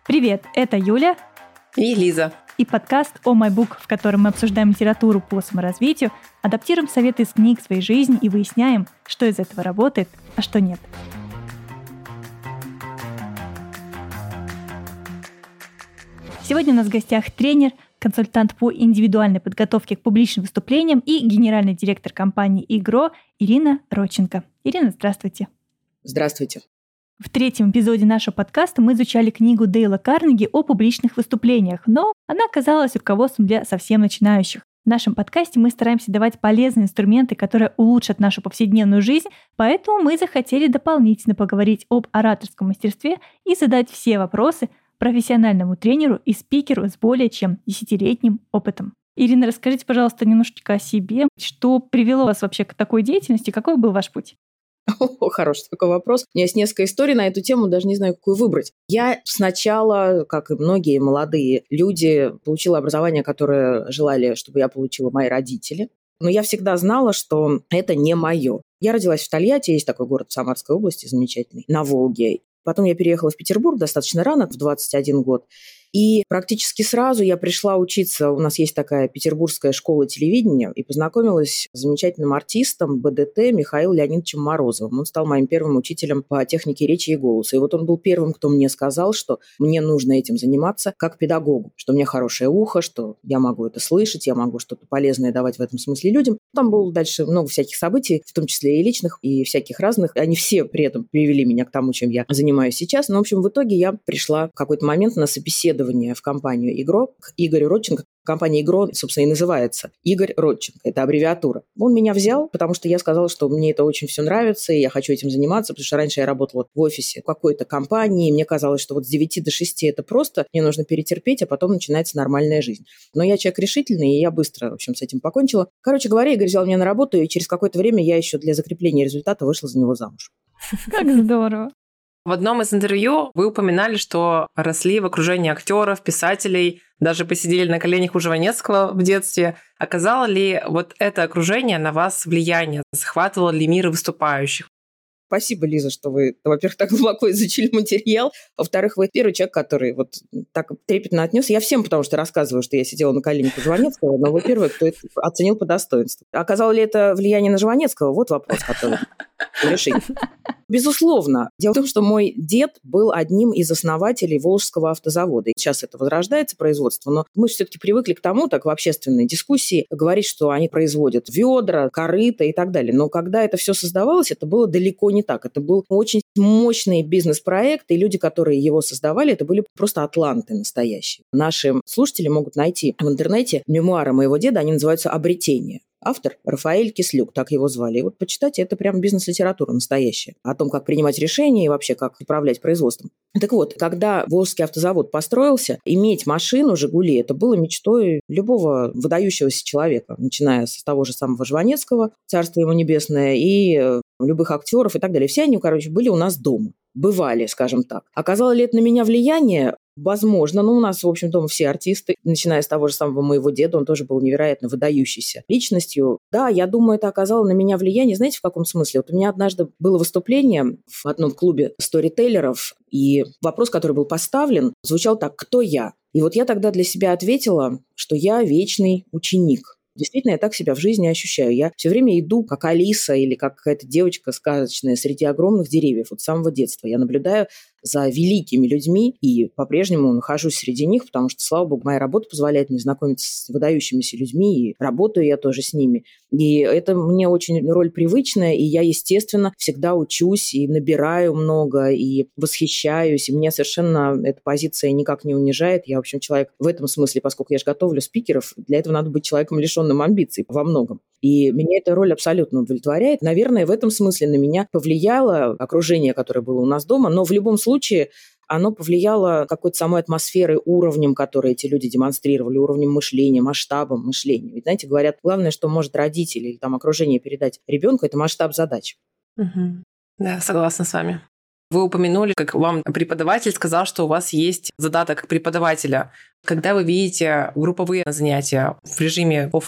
Привет, это Юля и Лиза. И подкаст «О май бук», в котором мы обсуждаем литературу по саморазвитию, адаптируем советы из книг в своей жизни и выясняем, что из этого работает, а что нет. Сегодня у нас в гостях тренер, консультант по индивидуальной подготовке к публичным выступлениям и генеральный директор компании «Игро» Ирина Родченко. Ирина, здравствуйте. Здравствуйте. В третьем эпизоде нашего подкаста мы изучали книгу Дейла Карнеги о публичных выступлениях, но она оказалась руководством для совсем начинающих. В нашем подкасте мы стараемся давать полезные инструменты, которые улучшат нашу повседневную жизнь, поэтому мы захотели дополнительно поговорить об ораторском мастерстве и задать все вопросы профессиональному тренеру и спикеру с более чем 10-летним опытом. Ирина, расскажите, пожалуйста, немножечко о себе. Что привело вас вообще к такой деятельности? Какой был ваш путь? Хороший такой вопрос. У меня есть несколько историй на эту тему, даже не знаю, какую выбрать. Я сначала, как и многие молодые люди, получила образование, которое желали, чтобы я получила мои родители. Но я всегда знала, что это не мое. Я родилась в Тольятти, есть такой город в Самарской области, замечательный, на Волге. Потом я переехала в Петербург достаточно рано, в 21 год. И практически сразу я пришла учиться, у нас есть такая Петербургская школа телевидения, и познакомилась с замечательным артистом БДТ Михаилом Леонидовичем Морозовым. Он стал моим первым учителем по технике речи и голоса. И вот он был первым, кто мне сказал, что мне нужно этим заниматься как педагогу, что у меня хорошее ухо, что я могу это слышать, я могу что-то полезное давать в этом смысле людям. Там было дальше много всяких событий, в том числе и личных, и всяких разных. Они все при этом привели меня к тому, чем я занимаюсь сейчас. Но, в общем, в итоге я пришла в какой-то момент на собеседование в компанию «Игро» к Игорю Родченко. Компания «Игро», собственно, и называется Игорь Родченко. Это аббревиатура. Он меня взял, потому что я сказала, что мне это очень все нравится, и я хочу этим заниматься, потому что раньше я работала в офисе какой-то компании, и мне казалось, что вот с 9 до 6 это просто, мне нужно перетерпеть, а потом начинается нормальная жизнь. Но я человек решительный, и я быстро, в общем, с этим покончила. Короче говоря, Игорь взял меня на работу, и через какое-то время я еще для закрепления результата вышла за него замуж. Как здорово! В одном из интервью вы упоминали, что росли в окружении актеров, писателей, даже посидели на коленях у Жванецкого в детстве. Оказало ли вот это окружение на вас влияние? Захватывало ли мир выступающих? Спасибо, Лиза, что вы, во-первых, так глубоко изучили материал. Во-вторых, вы первый человек, который вот так трепетно отнес. Я всем, потому что рассказываю, что я сидела на коленях у Жванецкого, но вы первый, кто это оценил по достоинству. Оказало ли это влияние на Жванецкого? Вот вопрос, который решить. Безусловно. Дело в том, что мой дед был одним из основателей Волжского автозавода. И сейчас это возрождается производство, но мы все-таки привыкли к тому, так в общественной дискуссии, говорить, что они производят ведра, корыта и так далее. Но когда это все создавалось, это было далеко не так. Это был очень мощный бизнес-проект, и люди, которые его создавали, это были просто атланты настоящие. Наши слушатели могут найти в интернете мемуары моего деда, они называются «Обретение». Автор Рафаэль Кислюк, так его звали. И вот почитайте, это прям бизнес-литература настоящая. О том, как принимать решения и вообще как управлять производством. Так вот, когда Волжский автозавод построился, иметь машину «Жигули» это было мечтой любого выдающегося человека, начиная с того же самого Жванецкого, царство ему небесное, и любых актеров и так далее. Все они, были у нас дома. Бывали, скажем так. Оказало ли это на меня влияние? Возможно, но у нас, в общем, дома все артисты, начиная с того же самого моего деда, он тоже был невероятно выдающейся личностью. Да, я думаю, это оказало на меня влияние, знаете, в каком смысле? Вот у меня однажды было выступление в одном клубе сторителлеров, и вопрос, который был поставлен, звучал так: «Кто я?» И вот я тогда для себя ответила, что я вечный ученик. Действительно, я так себя в жизни ощущаю. Я все время иду, как Алиса или как какая-то девочка сказочная среди огромных деревьев от самого детства. Я наблюдаю за великими людьми и по-прежнему нахожусь среди них, потому что, слава богу, моя работа позволяет мне знакомиться с выдающимися людьми, и работаю я тоже с ними. И это мне очень роль привычная, и я, естественно, всегда учусь и набираю много, и восхищаюсь, и меня совершенно эта позиция никак не унижает. Я, в общем, человек в этом смысле, поскольку я же готовлю спикеров, для этого надо быть человеком, лишенным амбиций во многом. И меня эта роль абсолютно удовлетворяет. Наверное, в этом смысле на меня повлияло окружение, которое было у нас дома, но в любом случае оно повлияло какой-то самой атмосферой, уровнем, который эти люди демонстрировали, уровнем мышления, масштабом мышления. Ведь, знаете, говорят, главное, что может родитель или там окружение передать ребенку, это масштаб задач. Угу. Да, согласна с вами. Вы упомянули, как вам преподаватель сказал, что у вас есть задаток преподавателя. Когда вы видите групповые занятия в режиме офлайн,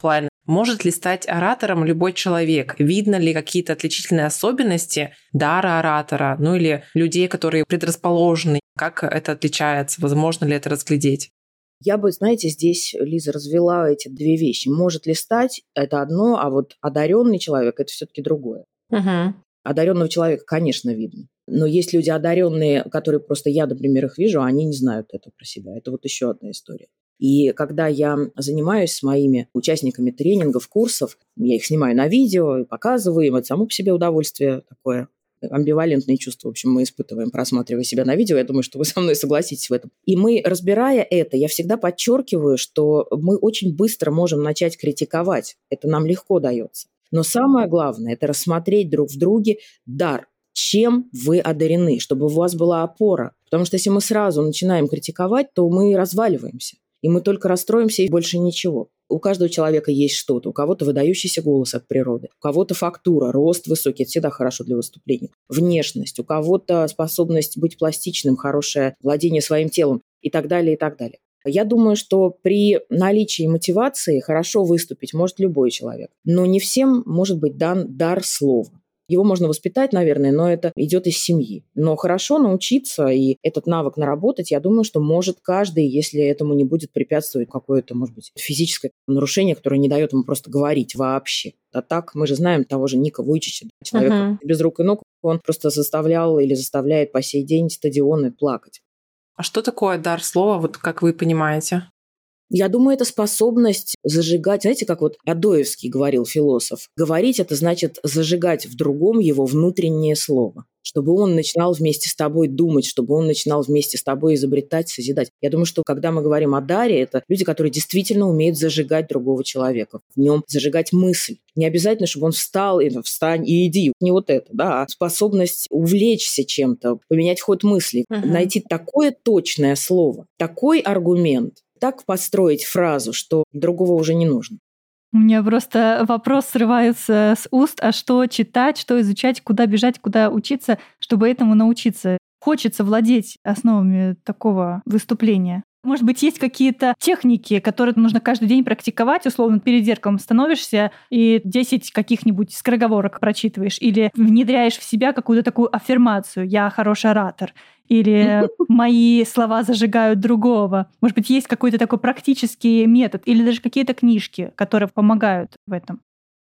Может ли стать оратором любой человек? Видно ли какие-то отличительные особенности дара оратора, ну или людей, которые предрасположены? Как это отличается? Возможно ли это разглядеть? Я бы, знаете, здесь, Лиза, развела эти две вещи. Может ли стать — это одно, а вот одаренный человек — это все-таки другое. Угу. Одаренного человека, конечно, видно. Но есть люди одаренные, которые просто я, например, их вижу, а они не знают это про себя. Это вот еще одна история. И когда я занимаюсь с моими участниками тренингов, курсов, я их снимаю на видео и показываю им, это само по себе удовольствие такое. Амбивалентные чувства, в общем, мы испытываем, просматривая себя на видео. Я думаю, что вы со мной согласитесь в этом. И мы, разбирая это, я всегда подчеркиваю, что мы очень быстро можем начать критиковать. Это нам легко дается. Но самое главное – это рассмотреть друг в друге дар. Чем вы одарены, чтобы у вас была опора. Потому что если мы сразу начинаем критиковать, то мы разваливаемся. И мы только расстроимся, и больше ничего. У каждого человека есть что-то. У кого-то выдающийся голос от природы, у кого-то фактура, рост высокий. Это всегда хорошо для выступления. Внешность, у кого-то способность быть пластичным, хорошее владение своим телом и так далее, и так далее. Я думаю, что при наличии мотивации хорошо выступить может любой человек. Но не всем может быть дан дар слова. Его можно воспитать, наверное, но это идет из семьи. Но хорошо научиться и этот навык наработать, я думаю, что может каждый, если этому не будет препятствовать какое-то, может быть, физическое нарушение, которое не дает ему просто говорить вообще. А так мы же знаем того же Ника Вуйчича, человека без рук и ног, он просто заставлял или заставляет по сей день стадионы плакать. А что такое дар слова, вот как вы понимаете? Я думаю, это способность зажигать, знаете, как вот Адоевский говорил, философ, говорить – это значит зажигать в другом его внутреннее слово, чтобы он начинал вместе с тобой думать, чтобы он начинал вместе с тобой изобретать, созидать. Я думаю, что когда мы говорим о даре, это люди, которые действительно умеют зажигать другого человека, в нем зажигать мысль. Не обязательно, чтобы он встал и встань и иди. Не вот это, да, а способность увлечься чем-то, поменять ход мысли, найти такое точное слово, такой аргумент, так построить фразу, что другого уже не нужно. У меня просто вопрос срывается с уст, а что читать, что изучать, куда бежать, куда учиться, чтобы этому научиться? Хочется владеть основами такого выступления. Может быть, есть какие-то техники, которые нужно каждый день практиковать, условно, перед зеркалом становишься и 10 каких-нибудь скороговорок прочитываешь или внедряешь в себя какую-то такую аффирмацию «я хороший оратор» или «мои слова зажигают другого». Может быть, есть какой-то такой практический метод или даже какие-то книжки, которые помогают в этом?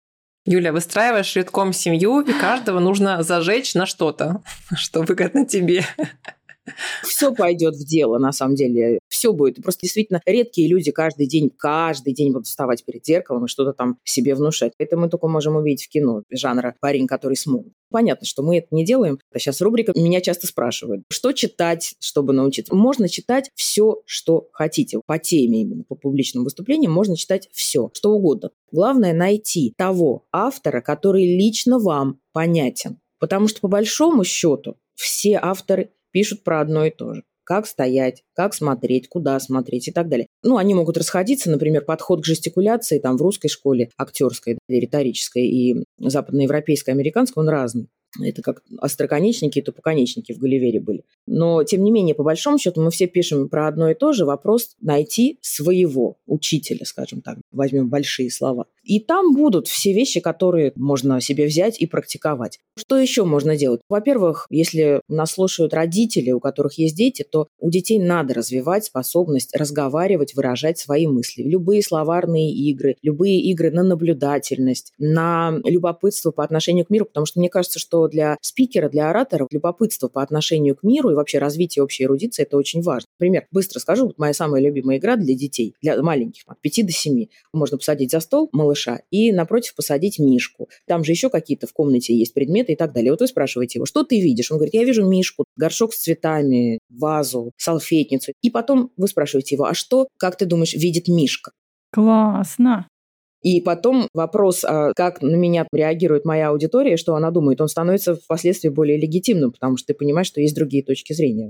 Юля, выстраиваешь редком семью, и каждого нужно зажечь на что-то, что выгодно тебе. Все пойдет в дело, на самом деле. Все будет. Просто действительно редкие люди каждый день будут вставать перед зеркалом и что-то там себе внушать. Это мы только можем увидеть в кино жанра «Парень, который смог». Понятно, что мы это не делаем. Сейчас рубрика «Меня часто спрашивают». Что читать, чтобы научиться? Можно читать все, что хотите. По теме именно, по публичным выступлениям можно читать все, что угодно. Главное найти того автора, который лично вам понятен. Потому что по большому счету все авторы пишут про одно и то же. Как стоять, как смотреть, куда смотреть и так далее. Они могут расходиться, например, подход к жестикуляции там в русской школе актерской, риторической и западноевропейской, американской, он разный. Это как остроконечники и тупоконечники в Гулливере были. Но, тем не менее, по большому счету, мы все пишем про одно и то же. Вопрос найти своего учителя, скажем так. Возьмем большие слова. И там будут все вещи, которые можно себе взять и практиковать. Что еще можно делать? Во-первых, если нас слушают родители, у которых есть дети, то у детей надо развивать способность разговаривать, выражать свои мысли. Любые словарные игры, любые игры на наблюдательность, на любопытство по отношению к миру, потому что мне кажется, что для спикера, для оратора любопытство по отношению к миру и вообще развитие общей эрудиции – это очень важно. Например, быстро скажу, вот моя самая любимая игра для детей, для маленьких, от 5 до 7. Можно посадить за стол малыша и напротив посадить мишку. Там же еще какие-то в комнате есть предметы и так далее. Вот вы спрашиваете его, что ты видишь? Он говорит, я вижу мишку, горшок с цветами, вазу, салфетницу. И потом вы спрашиваете его, а что, как ты думаешь, видит мишка? Классно! И потом вопрос, как на меня реагирует моя аудитория, что она думает, он становится впоследствии более легитимным, потому что ты понимаешь, что есть другие точки зрения вообще.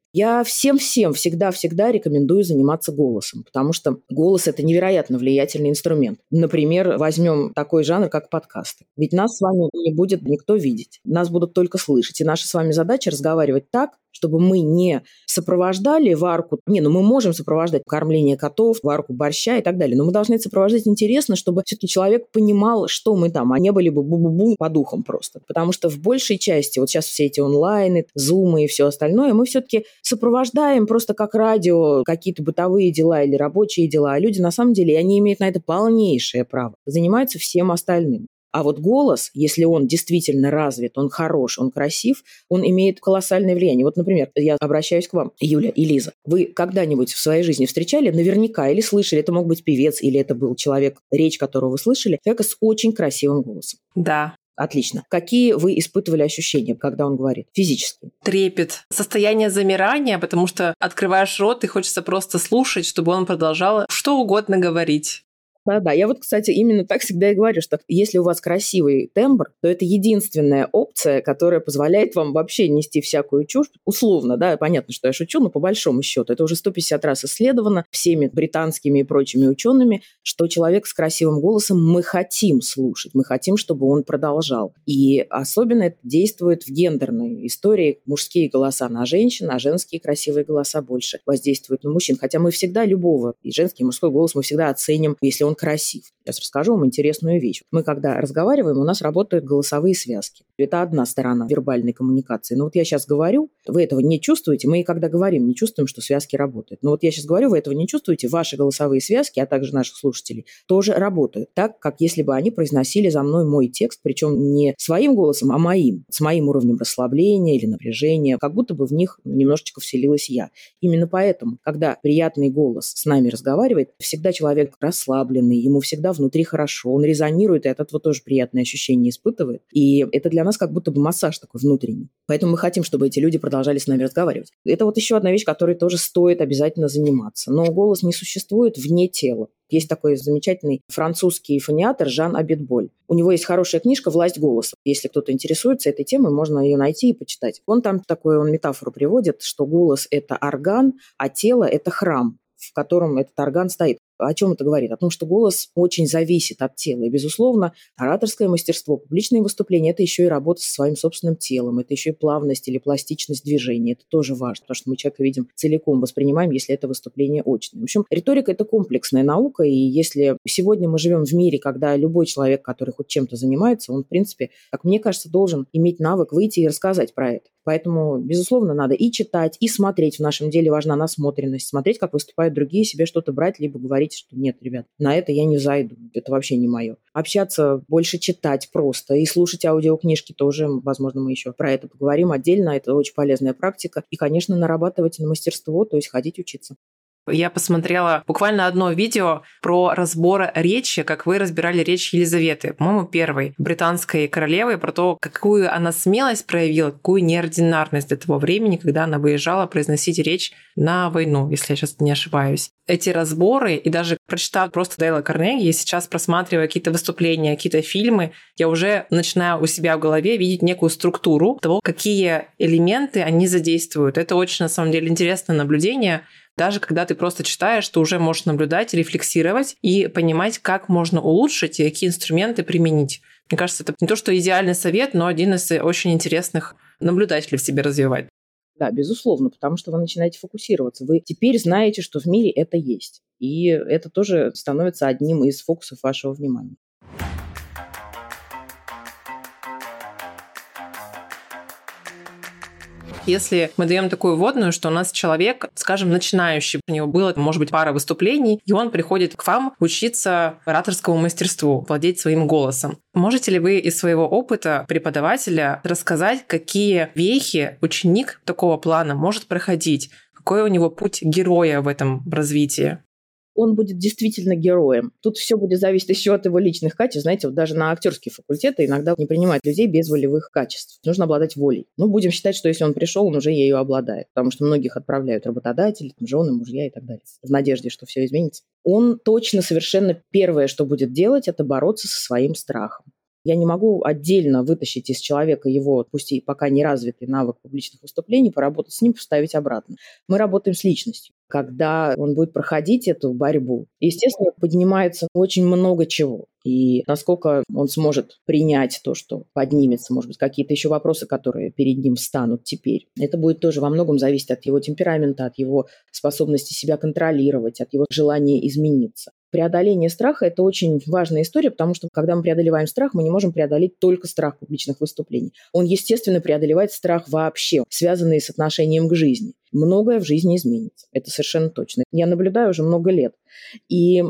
Я всем-всем всегда-всегда рекомендую заниматься голосом, потому что голос – это невероятно влиятельный инструмент. Например, возьмем такой жанр, как подкасты. Ведь нас с вами не будет никто видеть, нас будут только слышать. И наша с вами задача разговаривать так, чтобы мы не сопровождали варку. Мы можем сопровождать кормление котов, варку борща и так далее, но мы должны это сопровождать интересно, чтобы все-таки человек понимал, что мы там, а не были бы бу-бу-бу по духам просто. Потому что в большей части, вот сейчас все эти онлайны, зумы и все остальное, мы все-таки сопровождаем просто как радио какие-то бытовые дела или рабочие дела, а люди на самом деле, они имеют на это полнейшее право, занимаются всем остальным. А вот голос, если он действительно развит, он хорош, он красив, он имеет колоссальное влияние. Вот, например, я обращаюсь к вам, Юля и Лиза. Вы когда-нибудь в своей жизни встречали наверняка или слышали, это мог быть певец, или это был человек, речь которого вы слышали, человека с очень красивым голосом? Да. Отлично. Какие вы испытывали ощущения, когда он говорит? Физически? Трепет, состояние замирания, потому что открываешь рот и хочется просто слушать, чтобы он продолжал что угодно говорить. Да, я вот, кстати, именно так всегда и говорю, что если у вас красивый тембр, то это единственная опция, которая позволяет вам вообще нести всякую чушь. Условно, да, понятно, что я шучу, но по большому счету это уже 150 раз исследовано всеми британскими и прочими учеными, что человек с красивым голосом мы хотим слушать, мы хотим, чтобы он продолжал. И особенно это действует в гендерной истории. Мужские голоса на женщин, а женские красивые голоса больше воздействуют на мужчин. Хотя мы всегда любого, и женский, и мужской голос мы всегда оценим, если он красив. Сейчас расскажу вам интересную вещь. Мы, когда разговариваем, у нас работают голосовые связки. Это одна сторона вербальной коммуникации. Но вот я сейчас говорю, вы этого не чувствуете. Мы и когда говорим, не чувствуем, что связки работают. Но вот я сейчас говорю, вы этого не чувствуете. Ваши голосовые связки, а также наших слушателей, тоже работают. Так, как если бы они произносили за мной мой текст, причем не своим голосом, а моим. С моим уровнем расслабления или напряжения. Как будто бы в них немножечко вселилась я. Именно поэтому, когда приятный голос с нами разговаривает, всегда человек расслабленный, ему всегда внутри хорошо, он резонирует, и от этого тоже приятные ощущения испытывает. И это для нас как будто бы массаж такой внутренний. Поэтому мы хотим, чтобы эти люди продолжали с нами разговаривать. Это вот еще одна вещь, которой тоже стоит обязательно заниматься. Но голос не существует вне тела. Есть такой замечательный французский фониатор Жан Абитболь. У него есть хорошая книжка «Власть голоса». Если кто-то интересуется этой темой, можно ее найти и почитать. Он там такую метафору приводит, что голос – это орган, а тело – это храм, в котором этот орган стоит. О чем это говорит? О том, что голос очень зависит от тела. И, безусловно, ораторское мастерство, публичные выступления – это еще и работа со своим собственным телом, это еще и плавность или пластичность движения. Это тоже важно, потому что мы человека видим целиком, воспринимаем, если это выступление очное. В общем, риторика – это комплексная наука, и если сегодня мы живем в мире, когда любой человек, который хоть чем-то занимается, он, в принципе, как мне кажется, должен иметь навык выйти и рассказать про это. Поэтому, безусловно, надо и читать, и смотреть. В нашем деле важна насмотренность. Смотреть, как выступают другие, себе что-то брать, либо говорить, что нет, ребят, на это я не зайду. Это вообще не мое. Общаться, больше читать просто. И слушать аудиокнижки тоже. Возможно, мы еще про это поговорим отдельно. Это очень полезная практика. И, конечно, нарабатывать на мастерство, то есть ходить учиться. Я посмотрела буквально одно видео про разбор речи, как вы разбирали речь Елизаветы, по-моему, первой британской королевы, про то, какую она смелость проявила, какую неординарность для того времени, когда она выезжала произносить речь на войну, если я сейчас не ошибаюсь. Эти разборы, и даже прочитав просто Дейла Карнеги, я сейчас просматриваю какие-то выступления, какие-то фильмы, я уже начинаю у себя в голове видеть некую структуру того, какие элементы они задействуют. Это очень, на самом деле, интересное наблюдение. Даже когда ты просто читаешь, ты уже можешь наблюдать, рефлексировать и понимать, как можно улучшить и какие инструменты применить. Мне кажется, это не то, что идеальный совет, но один из очень интересных наблюдателей в себе развивать. Да, безусловно, потому что вы начинаете фокусироваться. Вы теперь знаете, что в мире это есть. И это тоже становится одним из фокусов вашего внимания. Если мы даем такую вводную, что у нас человек, скажем, начинающий, у него было, может быть, пара выступлений, и он приходит к вам учиться ораторскому мастерству, владеть своим голосом. Можете ли вы из своего опыта преподавателя рассказать, какие вехи ученик такого плана может проходить? Какой у него путь героя в этом развитии? Он будет действительно героем. Тут все будет зависеть еще от его личных качеств. Знаете, вот даже на актерские факультеты иногда не принимают людей без волевых качеств. Нужно обладать волей. Будем считать, что если он пришел, он уже ею обладает. Потому что многих отправляют работодатели, жены, мужья и так далее. В надежде, что все изменится. Он точно совершенно первое, что будет делать, это бороться со своим страхом. Я не могу отдельно вытащить из человека его, пусть и пока не развитый навык публичных выступлений, поработать с ним, поставить обратно. Мы работаем с личностью. Когда он будет проходить эту борьбу, естественно, поднимается очень много чего. И насколько он сможет принять то, что поднимется, может быть, какие-то еще вопросы, которые перед ним встанут теперь. Это будет тоже во многом зависеть от его темперамента, от его способности себя контролировать, от его желания измениться. Преодоление страха – это очень важная история, потому что, когда мы преодолеваем страх, мы не можем преодолеть только страх публичных выступлений. Он, естественно, преодолевает страх вообще, связанный с отношением к жизни. Многое в жизни изменится, это совершенно точно. Я наблюдаю уже много лет. И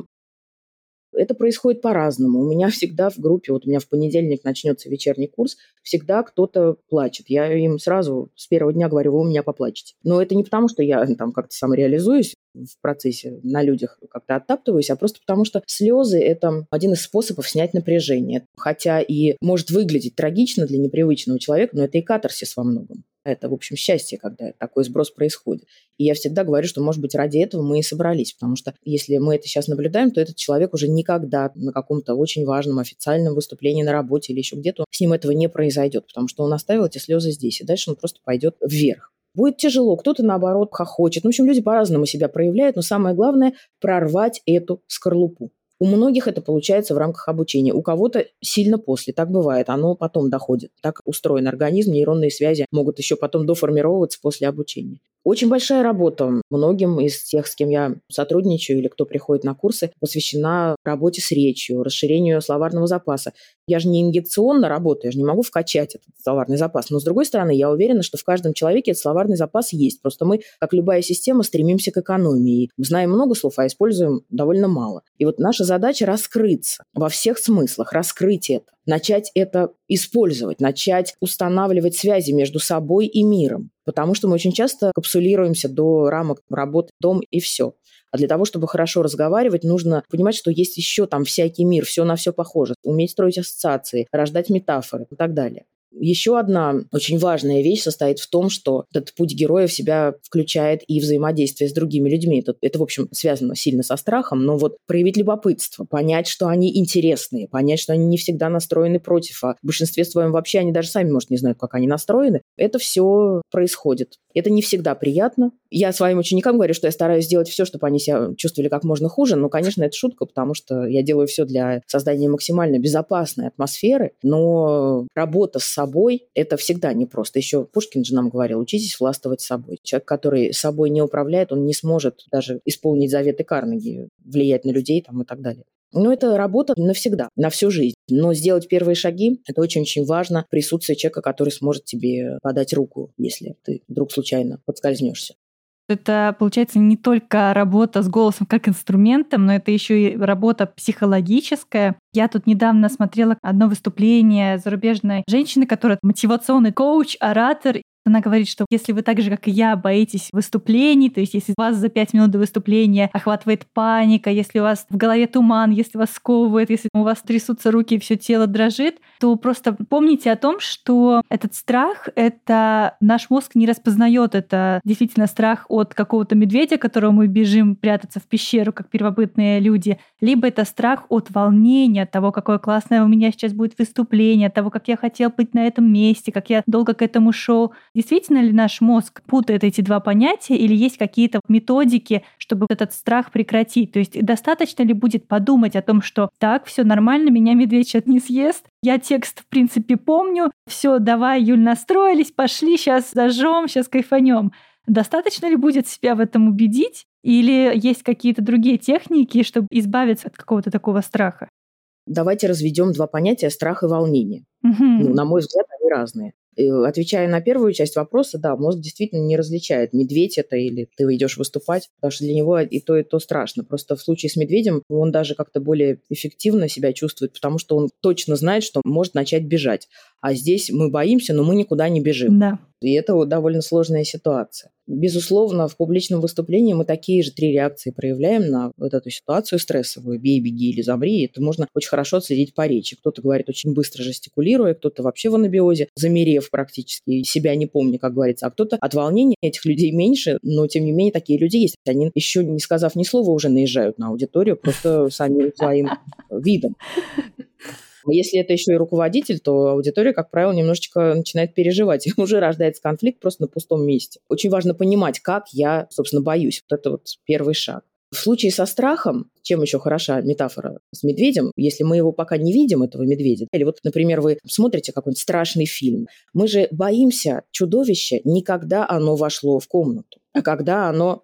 это происходит по-разному. У меня всегда в группе, вот у меня в понедельник начнется вечерний курс, всегда кто-то плачет. Я им сразу с первого дня говорю: вы у меня поплачете. Но это не потому, что я там как-то самореализуюсь в процессе, на людях как-то оттаптываюсь, а просто потому, что слезы – это один из способов снять напряжение. Хотя и может выглядеть трагично для непривычного человека, но это и катарсис во многом. Это, в общем, счастье, когда такой сброс происходит. И я всегда говорю, что, может быть, ради этого мы и собрались. Потому что если мы это сейчас наблюдаем, то этот человек уже никогда на каком-то очень важном официальном выступлении на работе или еще где-то с ним этого не произойдет. Потому что он оставил эти слезы здесь, и дальше он просто пойдет вверх. Будет тяжело, кто-то, наоборот, хохочет. В общем, люди по-разному себя проявляют, но самое главное – прорвать эту скорлупу. У многих это получается в рамках обучения, у кого-то сильно после, так бывает, оно потом доходит. Так устроен организм, нейронные связи могут еще потом доформироваться после обучения. Очень большая работа многим из тех, с кем я сотрудничаю или кто приходит на курсы, посвящена работе с речью, расширению словарного запаса. Я же не инъекционно работаю, я же не могу вкачать этот словарный запас. Но, с другой стороны, я уверена, что в каждом человеке этот словарный запас есть. Просто мы, как любая система, стремимся к экономии. Мы знаем много слов, а используем довольно мало. И вот наша задача раскрыться во всех смыслах, раскрыть это, начать это использовать, начать устанавливать связи между собой и миром. Потому что мы очень часто капсулируемся до рамок работы, дом и все. А для того, чтобы хорошо разговаривать, нужно понимать, что есть еще там всякий мир, все на все похоже, уметь строить ассоциации, рождать метафоры и так далее. Еще одна очень важная вещь состоит в том, что этот путь героя в себя включает и взаимодействие с другими людьми. Это, в общем, связано сильно со страхом, но вот проявить любопытство, понять, что они интересные, понять, что они не всегда настроены против, а в большинстве своем вообще они даже сами, может, не знают, как они настроены. Это все происходит. Это не всегда приятно. Я своим ученикам говорю, что я стараюсь сделать все, чтобы они себя чувствовали как можно хуже, но, конечно, это шутка, потому что я делаю все для создания максимально безопасной атмосферы, но работа с собой – это всегда непросто. Еще Пушкин же нам говорил: учитесь властвовать собой. Человек, который собой не управляет, он не сможет даже исполнить заветы Карнеги, влиять на людей там, и так далее. Но это работа навсегда, на всю жизнь. Но сделать первые шаги – это очень-очень важно. Присутствие человека, который сможет тебе подать руку, если ты вдруг случайно подскользнешься. Это, получается, не только работа с голосом как инструментом, но это еще и работа психологическая. Я тут недавно смотрела одно выступление зарубежной женщины, которая мотивационный коуч, оратор. Она говорит, что если вы так же, как и я, боитесь выступлений, то есть если вас за 5 минут до выступления охватывает паника, если у вас в голове туман, если вас сковывает, если у вас трясутся руки и все тело дрожит, то просто помните о том, что этот страх, это наш мозг не распознает. Это действительно страх от какого-то медведя, которого мы бежим прятаться в пещеру, как первобытные люди, либо это страх от волнения, от того, какое классное у меня сейчас будет выступление, от того, как я хотел быть на этом месте, как я долго к этому шел. Действительно ли наш мозг путает эти два понятия или есть какие-то методики, чтобы этот страх прекратить? То есть достаточно ли будет подумать о том, что так, все нормально, меня медведь сейчас не съест, я текст в принципе помню, все, давай, Юль, настроились, пошли, сейчас зажжем, сейчас кайфанем. Достаточно ли будет себя в этом убедить или есть какие-то другие техники, чтобы избавиться от какого-то такого страха? Давайте разведем два понятия: страх и волнение. Угу. На мой взгляд, они разные. Отвечая на первую часть вопроса, да, мозг действительно не различает, медведь это или ты идешь выступать, потому что для него и то страшно. Просто в случае с медведем он даже как-то более эффективно себя чувствует, потому что он точно знает, что может начать бежать. А здесь мы боимся, но мы никуда не бежим. Да. И это вот довольно сложная ситуация. Безусловно, в публичном выступлении мы такие же 3 реакции проявляем на вот эту ситуацию стрессовую: бей, беги или замри. Это можно очень хорошо отследить по речи. Кто-то говорит очень быстро жестикулируя, кто-то вообще в анабиозе, замерев практически, себя не помня, как говорится, а кто-то от волнения. Этих людей меньше, но тем не менее такие люди есть. Они, еще не сказав ни слова, уже наезжают на аудиторию просто самим своим видом. Если это еще и руководитель, то аудитория, как правило, немножечко начинает переживать. И уже рождается конфликт просто на пустом месте. Очень важно понимать, как я, собственно, боюсь. Вот это вот первый шаг. В случае со страхом, чем еще хороша метафора с медведем, если мы его пока не видим, этого медведя, или вот, например, вы смотрите какой-нибудь страшный фильм, мы же боимся чудовища не когда оно вошло в комнату, а когда оно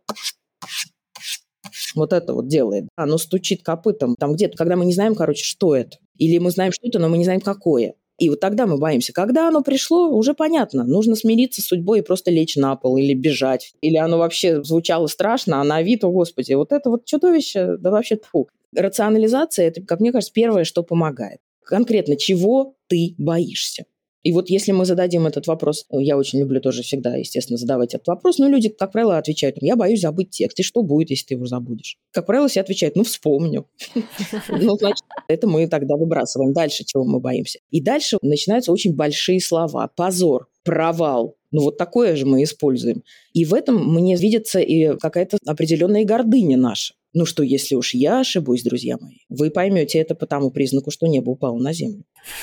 вот это вот делает. Оно стучит копытом там где-то, когда мы не знаем, что это. Или мы знаем что-то, но мы не знаем, какое. И вот тогда мы боимся. Когда оно пришло, уже понятно. Нужно смириться с судьбой и просто лечь на пол или бежать. Или оно вообще звучало страшно, а на вид, о господи, вот это вот чудовище, да вообще тьфу. Рационализация – это, как мне кажется, первое, что помогает. Конкретно, чего ты боишься? И вот если мы зададим этот вопрос, я очень люблю тоже всегда, естественно, задавать этот вопрос, но люди, как правило, отвечают: я боюсь забыть текст. И что будет, если ты его забудешь? Как правило, все отвечают: вспомню. Значит, это мы тогда выбрасываем. Дальше чего мы боимся? И дальше начинаются очень большие слова. Позор, провал. Вот такое же мы используем. И в этом мне видится и какая-то определенная гордыня наша. Что если уж я ошибусь, друзья мои, вы поймете это по тому признаку, что небо упало на землю.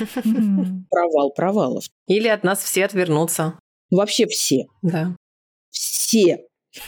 Провал провалов. Или от нас все отвернутся. Вообще все. Да. Все.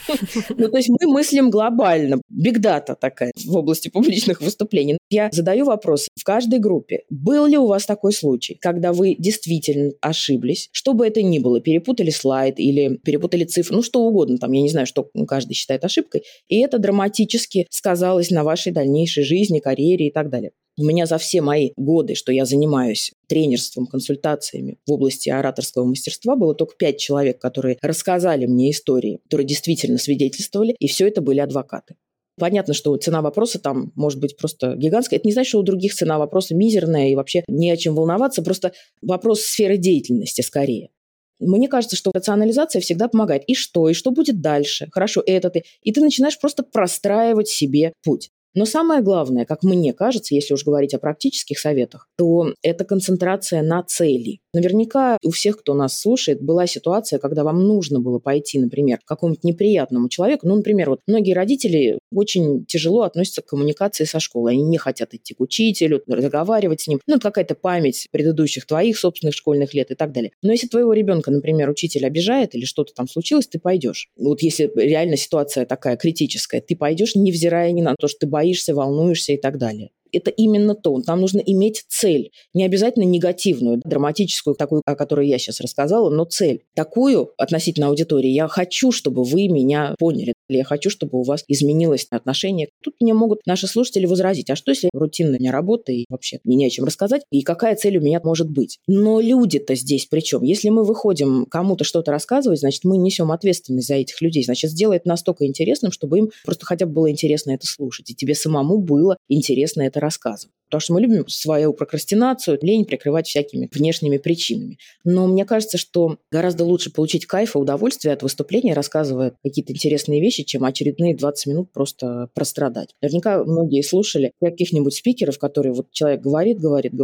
То есть мы мыслим глобально. Бигдата такая в области публичных выступлений. Я задаю вопрос в каждой группе. Был ли у вас такой случай, когда вы действительно ошиблись, что бы это ни было, перепутали слайд или перепутали цифры, что угодно, там, я не знаю, что каждый считает ошибкой, и это драматически сказалось на вашей дальнейшей жизни, карьере и так далее. У меня за все мои годы, что я занимаюсь тренерством, консультациями в области ораторского мастерства, было только 5 человек, которые рассказали мне истории, которые действительно свидетельствовали, и все это были адвокаты. Понятно, что цена вопроса там может быть просто гигантская. Это не значит, что у других цена вопроса мизерная и вообще не о чем волноваться, просто вопрос сферы деятельности скорее. Мне кажется, что рационализация всегда помогает. И что будет дальше? Хорошо, это ты. И ты начинаешь просто простраивать себе путь. Но самое главное, как мне кажется, если уж говорить о практических советах, то это концентрация на цели. Наверняка у всех, кто нас слушает, была ситуация, когда вам нужно было пойти, например, к какому-нибудь неприятному человеку. Например, многие родители очень тяжело относятся к коммуникации со школой. Они не хотят идти к учителю, разговаривать с ним. Это какая-то память предыдущих твоих собственных школьных лет и так далее. Но если твоего ребенка, например, учитель обижает или что-то там случилось, ты пойдешь. Если реально ситуация такая критическая, ты пойдешь, невзирая ни на то, что ты боишься, волнуешься и так далее. Это именно то. Нам нужно иметь цель. Не обязательно негативную, драматическую, такую, о которой я сейчас рассказала, но цель. Такую относительно аудитории. Я хочу, чтобы вы меня поняли. Или я хочу, чтобы у вас изменилось отношение. Тут мне могут наши слушатели возразить: а что, если рутинная у меня работа и вообще мне не о чем рассказать? И какая цель у меня может быть? Но люди-то здесь при чем? Если мы выходим кому-то что-то рассказывать, значит, мы несем ответственность за этих людей. Значит, сделай это настолько интересным, чтобы им просто хотя бы было интересно это слушать. И тебе самому было интересно это рассказывать. Потому что мы любим свою прокрастинацию, лень прикрывать всякими внешними причинами. Но мне кажется, что гораздо лучше получить кайф и удовольствие от выступления, рассказывая какие-то интересные вещи, чем очередные 20 минут просто прострадать. Наверняка многие слушали каких-нибудь спикеров, которые человек говорит,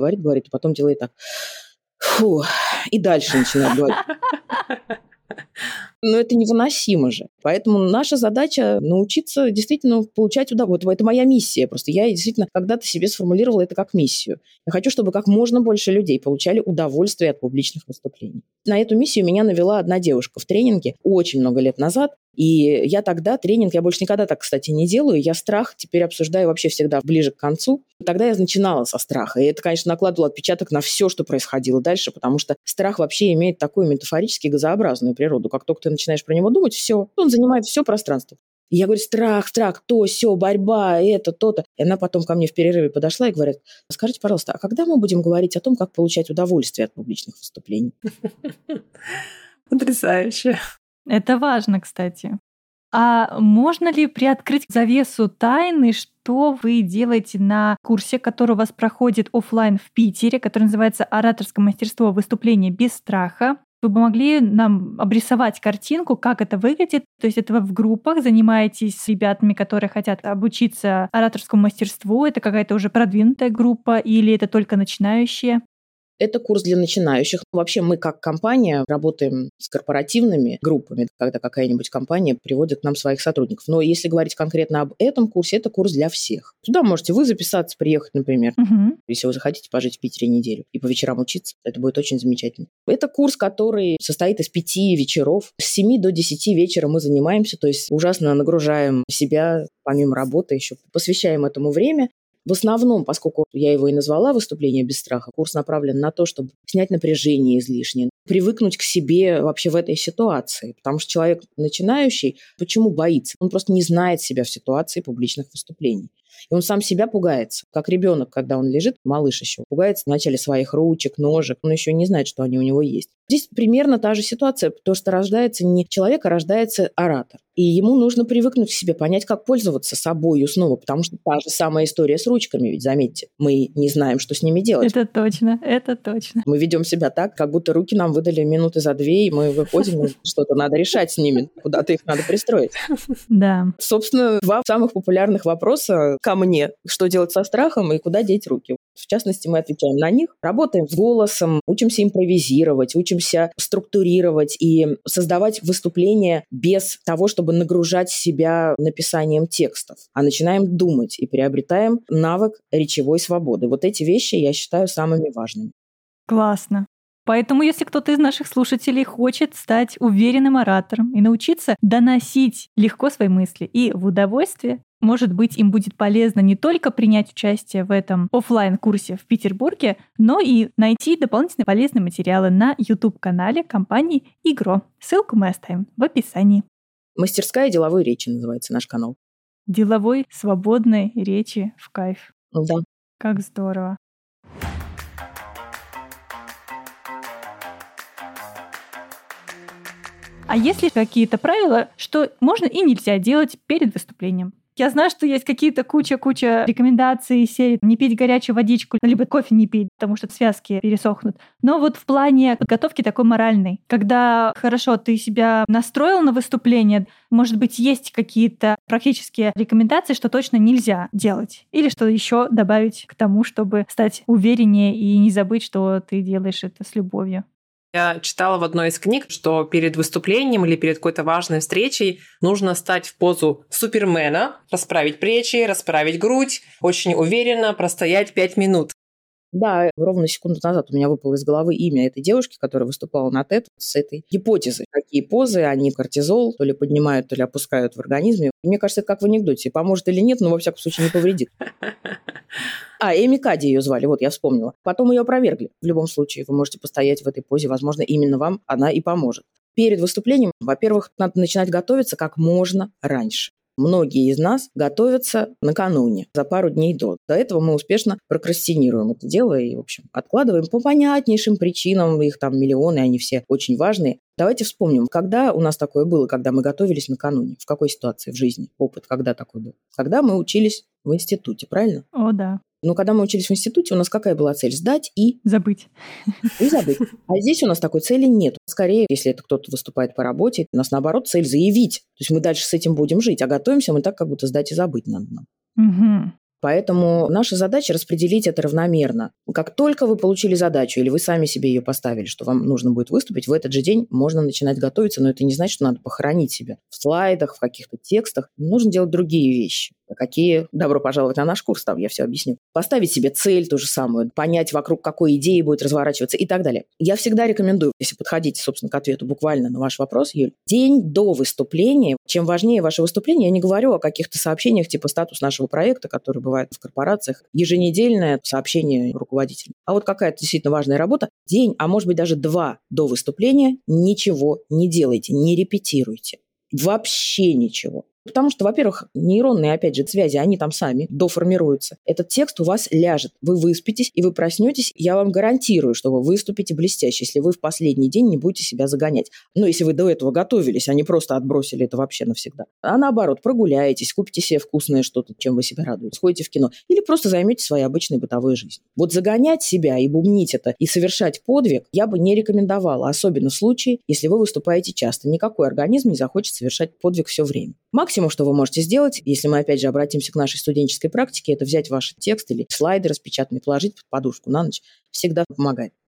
и потом делает так. Фу, и дальше начинает говорить. Но это невыносимо же. Поэтому наша задача научиться действительно получать удовольствие. Это моя миссия. Просто я действительно когда-то себе сформулировала это как миссию. Я хочу, чтобы как можно больше людей получали удовольствие от публичных выступлений. На эту миссию меня навела одна девушка в тренинге очень много лет назад. И я тогда тренинг, я больше никогда так, кстати, не делаю. Я страх теперь обсуждаю вообще всегда ближе к концу. Тогда я начинала со страха. И это, конечно, накладывало отпечаток на все, что происходило дальше, потому что страх вообще имеет такую метафорически газообразную природу. Как только ты начинаешь про него думать, все, он занимает все пространство. И я говорю: страх, то, сё, борьба, это, то-то. И она потом ко мне в перерыве подошла и говорит: скажите, пожалуйста, а когда мы будем говорить о том, как получать удовольствие от публичных выступлений? Потрясающе. Это важно, кстати. А можно ли приоткрыть завесу тайны, что вы делаете на курсе, который у вас проходит офлайн в Питере, который называется «Ораторское мастерство. Выступление без страха»? Вы бы могли нам обрисовать картинку, как это выглядит? То есть это вы в группах занимаетесь с ребятами, которые хотят обучиться ораторскому мастерству? Это какая-то уже продвинутая группа или это только начинающие? Это курс для начинающих. Вообще мы как компания работаем с корпоративными группами, когда какая-нибудь компания приводит к нам своих сотрудников. Но если говорить конкретно об этом курсе, это курс для всех. Туда можете вы записаться, приехать, например, если вы захотите пожить в Питере неделю и по вечерам учиться. Это будет очень замечательно. Это курс, который состоит из 5 вечеров. С 7 до 10 вечера мы занимаемся, то есть ужасно нагружаем себя, помимо работы еще посвящаем этому время. В основном, поскольку я его и назвала «Выступление без страха», курс направлен на то, чтобы снять напряжение излишнее, привыкнуть к себе вообще в этой ситуации. Потому что человек начинающий, почему боится? Он просто не знает себя в ситуации публичных выступлений. И он сам себя пугается. Как ребенок, когда он лежит, малыш еще, пугается вначале своих ручек, ножек, он еще не знает, что они у него есть. Здесь примерно та же ситуация, потому что рождается не человек, а рождается оратор. И ему нужно привыкнуть к себе, понять, как пользоваться собой снова, потому что та же самая история с ручками, ведь заметьте, мы не знаем, что с ними делать. Это точно, это точно. Мы ведем себя так, как будто руки нам выдали минуты за 2, и мы выходим, и что-то надо решать с ними, куда-то их надо пристроить. Да. Собственно, 2 самых популярных вопроса ко мне. Что делать со страхом и куда деть руки? В частности, мы отвечаем на них. Работаем с голосом, учимся импровизировать, учимся структурировать и создавать выступления без того, чтобы нагружать себя написанием текстов. А начинаем думать и приобретаем навык речевой свободы. Вот эти вещи я считаю самыми важными. Классно. Поэтому, если кто-то из наших слушателей хочет стать уверенным оратором и научиться доносить легко свои мысли и в удовольствие, может быть, им будет полезно не только принять участие в этом офлайн-курсе в Петербурге, но и найти дополнительные полезные материалы на YouTube-канале компании «Игро». Ссылку мы оставим в описании. «Мастерская деловой речи» называется наш канал. Деловой, свободной речи в кайф. Да. Как здорово. А есть ли какие-то правила, что можно и нельзя делать перед выступлением? Я знаю, что есть какие-то куча рекомендаций серии не пить горячую водичку, либо кофе не пить, потому что связки пересохнут. Но вот в плане подготовки такой моральной, когда хорошо ты себя настроил на выступление, может быть, есть какие-то практические рекомендации, что точно нельзя делать, или что еще добавить к тому, чтобы стать увереннее и не забыть, что ты делаешь это с любовью. Я читала в одной из книг, что перед выступлением или перед какой-то важной встречей нужно стать в позу супермена, расправить плечи, расправить грудь, очень уверенно простоять 5 минут. Да, ровно секунду назад у меня выпало из головы имя этой девушки, которая выступала на TED с этой гипотезой. Какие позы, они кортизол то ли поднимают, то ли опускают в организме. Мне кажется, это как в анекдоте. Поможет или нет, но во всяком случае не повредит. Эми Кади ее звали, вот я вспомнила. Потом ее опровергли. В любом случае, вы можете постоять в этой позе. Возможно, именно вам она и поможет. Перед выступлением, во-первых, надо начинать готовиться как можно раньше. Многие из нас готовятся накануне, за пару дней до. До этого мы успешно прокрастинируем это дело и, в общем, откладываем по понятнейшим причинам. Их там миллионы, они все очень важные. Давайте вспомним, когда у нас такое было, когда мы готовились накануне? В какой ситуации в жизни? Опыт когда такой был? Когда мы учились в институте, правильно? О, да. Но когда мы учились в институте, у нас какая была цель? Сдать и... Забыть. И забыть. А здесь у нас такой цели нет. Скорее, если это кто-то выступает по работе, у нас, наоборот, цель заявить. То есть мы дальше с этим будем жить, а готовимся мы так, как будто сдать и забыть надо нам. Угу. Поэтому наша задача распределить это равномерно. Как только вы получили задачу или вы сами себе ее поставили, что вам нужно будет выступить, в этот же день можно начинать готовиться, но это не значит, что надо похоронить себя в слайдах, в каких-то текстах. Нужно делать другие вещи. Какие? Добро пожаловать на наш курс, там я все объясню. Поставить себе цель ту же самую, понять, вокруг какой идеи будет разворачиваться и так далее. Я всегда рекомендую, если подходите, собственно, к ответу буквально на ваш вопрос, Юль, день до выступления, чем важнее ваше выступление, я не говорю о каких-то сообщениях типа статус нашего проекта, который бывает в корпорациях, еженедельное сообщение руководителю. А вот какая-то действительно важная работа, день, а может быть даже 2 до выступления ничего не делайте, не репетируйте. Вообще ничего. Потому что, во-первых, нейронные, опять же, связи, они там сами доформируются. Этот текст у вас ляжет. Вы выспитесь, и вы проснетесь. Я вам гарантирую, что вы выступите блестяще, если вы в последний день не будете себя загонять. Но если вы до этого готовились, а не просто отбросили это вообще навсегда. А наоборот, прогуляетесь, купите себе вкусное что-то, чем вы себя радуете, сходите в кино. Или просто займетесь своей обычной бытовой жизнью. Вот загонять себя и бубнить это, и совершать подвиг я бы не рекомендовала. Особенно в случае, если вы выступаете часто. Никакой организм не захочет совершать подвиг все время. Максимум, что вы можете сделать, если мы опять же обратимся к нашей студенческой практике, это взять ваш текст или слайды распечатанные, положить под подушку на ночь. Всегда помогает.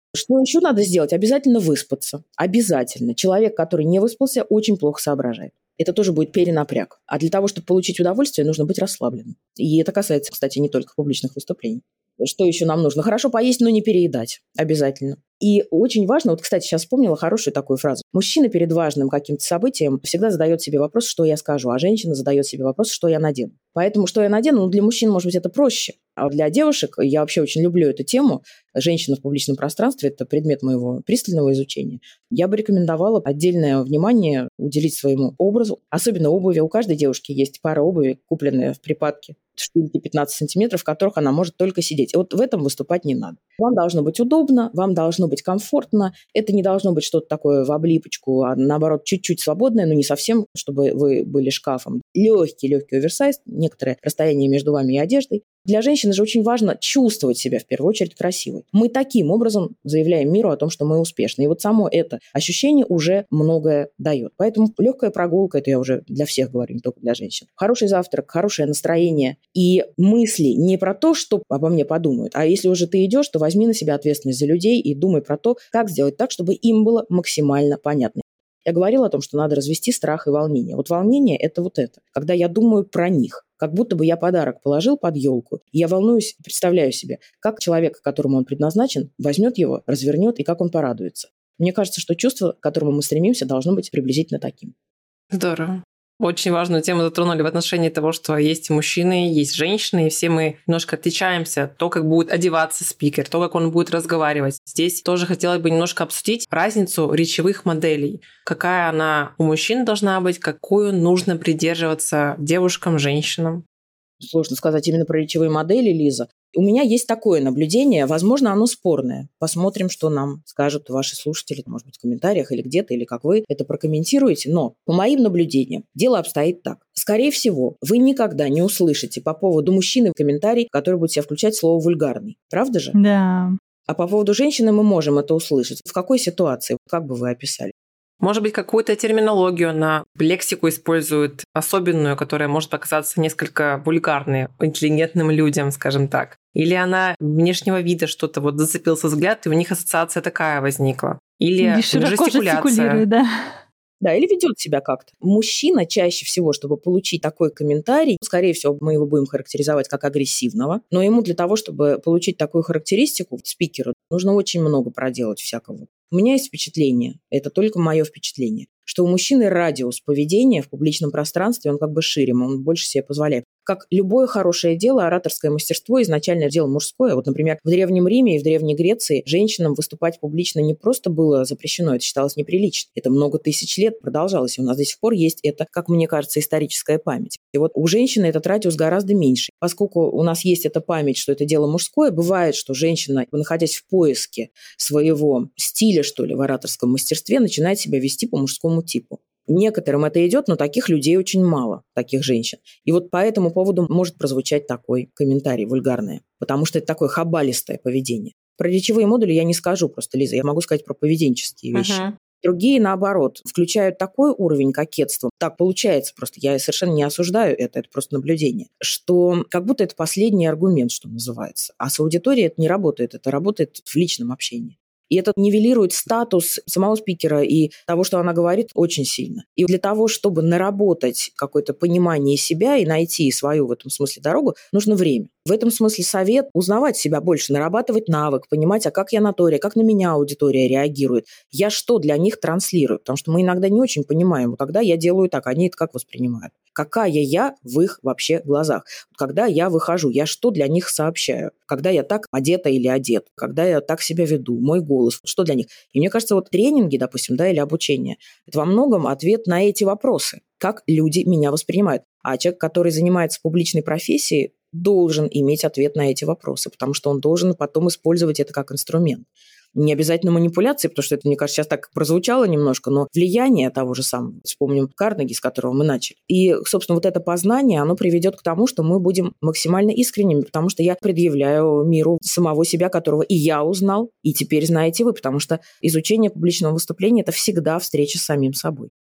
Что еще надо сделать? Обязательно выспаться. Обязательно. Человек, который не выспался, очень плохо соображает. Это тоже будет перенапряг. А для того, чтобы получить удовольствие, нужно быть расслабленным. И это касается, кстати, не только публичных выступлений. Что еще нам нужно? Хорошо поесть, но не переедать. Обязательно. И очень важно, вот, кстати, сейчас вспомнила хорошую такую фразу. Мужчина перед важным каким-то событием всегда задает себе вопрос, что я скажу, а женщина задает себе вопрос, что я надену. Поэтому, что я надену, для мужчин, может быть, это проще. А для девушек, я вообще очень люблю эту тему, женщина в публичном пространстве, это предмет моего пристального изучения, я бы рекомендовала отдельное внимание уделить своему образу, особенно обуви. У каждой девушки есть пара обуви, купленная в припадке, в шпильке 15 сантиметров, в которых она может только сидеть. И вот в этом выступать не надо. Вам должно быть удобно, вам должно быть комфортно. Это не должно быть что-то такое в облипочку, а наоборот чуть-чуть свободное, но не совсем, чтобы вы были шкафом. Легкий оверсайз, некоторое расстояние между вами и одеждой. Для женщины же очень важно чувствовать себя в первую очередь красивой. Мы таким образом заявляем миру о том, что мы успешны. И вот само это ощущение уже многое дает. Поэтому легкая прогулка, это я уже для всех говорю, не только для женщин. Хороший завтрак, хорошее настроение и мысли не про то, что обо мне подумают, а если уже ты идешь, то возьми на себя ответственность за людей и думай про то, как сделать так, чтобы им было максимально понятно. Я говорила о том, что надо развести страх и волнение. Вот волнение – это вот это, когда я думаю про них. Как будто бы я подарок положил под елку, и я волнуюсь, представляю себе, как человек, которому он предназначен, возьмет его, развернет, и как он порадуется. Мне кажется, что чувство, к которому мы стремимся, должно быть приблизительно таким. Здорово. Очень важную тему затронули в отношении того, что есть мужчины, есть женщины, и все мы немножко отличаемся. То, как будет одеваться спикер, то, как он будет разговаривать. Здесь тоже хотелось бы немножко обсудить разницу речевых моделей. Какая она у мужчин должна быть, какую нужно придерживаться девушкам, женщинам. Сложно сказать именно про речевые модели, Лиза. У меня есть такое наблюдение, возможно, оно спорное. Посмотрим, что нам скажут ваши слушатели, может быть, в комментариях или где-то, или как вы это прокомментируете. Но по моим наблюдениям дело обстоит так. Скорее всего, вы никогда не услышите по поводу мужчины комментарий, который будет в себя включать слово «вульгарный». Правда же? Да. А по поводу женщины мы можем это услышать. В какой ситуации? Как бы вы описали? Может быть, какую-то терминологию на лексику используют особенную, которая может показаться несколько вульгарной интеллигентным людям, скажем так. Или она внешнего вида что-то вот зацепился взгляд, и у них ассоциация такая возникла. Или широко жестикуляция. жестикулирует, да. Да, или ведет себя как-то. Мужчина чаще всего, чтобы получить такой комментарий, скорее всего, мы его будем характеризовать как агрессивного, но ему для того, чтобы получить такую характеристику спикеру, нужно очень много проделать всякого. У меня есть впечатление, это только мое впечатление, что у мужчины радиус поведения в публичном пространстве, он как бы шире, он больше себе позволяет. Как любое хорошее дело, ораторское мастерство изначально дело мужское. Вот, например, в Древнем Риме и в Древней Греции женщинам выступать публично не просто было запрещено, это считалось неприлично. Это много тысяч лет продолжалось, и у нас до сих пор есть это, как мне кажется, историческая память. И вот у женщины этот радиус гораздо меньше. Поскольку у нас есть эта память, что это дело мужское, бывает, что женщина, находясь в поиске своего стиля, что ли, в ораторском мастерстве, начинает себя вести по мужскому типу. Некоторым это идет, но таких людей очень мало, таких женщин. И вот по этому поводу может прозвучать такой комментарий вульгарный, потому что это такое хабалистое поведение. Про речевые модули я не скажу просто, Лиза, я могу сказать про поведенческие вещи. Другие, наоборот, включают такой уровень кокетства. Так получается просто, я совершенно не осуждаю это просто наблюдение, что как будто это последний аргумент, что называется. А с аудиторией это не работает, это работает в личном общении. И это нивелирует статус самого спикера и того, что она говорит, очень сильно. И для того, чтобы наработать какое-то понимание себя и найти свою в этом смысле дорогу, нужно время. В этом смысле совет – узнавать себя больше, нарабатывать навык, понимать, а как я на торе, как на меня аудитория реагирует. Я что для них транслирую? Потому что мы иногда не очень понимаем, когда я делаю так, они это как воспринимают. Какая я в их вообще глазах? Когда я выхожу, я что для них сообщаю? Когда я так одета или одет? Когда я так себя веду? Мой голос? Что для них? И мне кажется, вот тренинги, допустим, да, или обучение – это во многом ответ на эти вопросы. Как люди меня воспринимают? А человек, который занимается публичной профессией, должен иметь ответ на эти вопросы, потому что он должен потом использовать это как инструмент. Не обязательно манипуляции, потому что это, мне кажется, сейчас так прозвучало немножко, но влияние того же самого. Вспомним Карнеги, с которого мы начали. И, собственно, вот это познание, оно приведет к тому, что мы будем максимально искренними, потому что я предъявляю миру самого себя, которого и я узнал, и теперь знаете вы, потому что изучение публичного выступления – это всегда встреча с самим собой.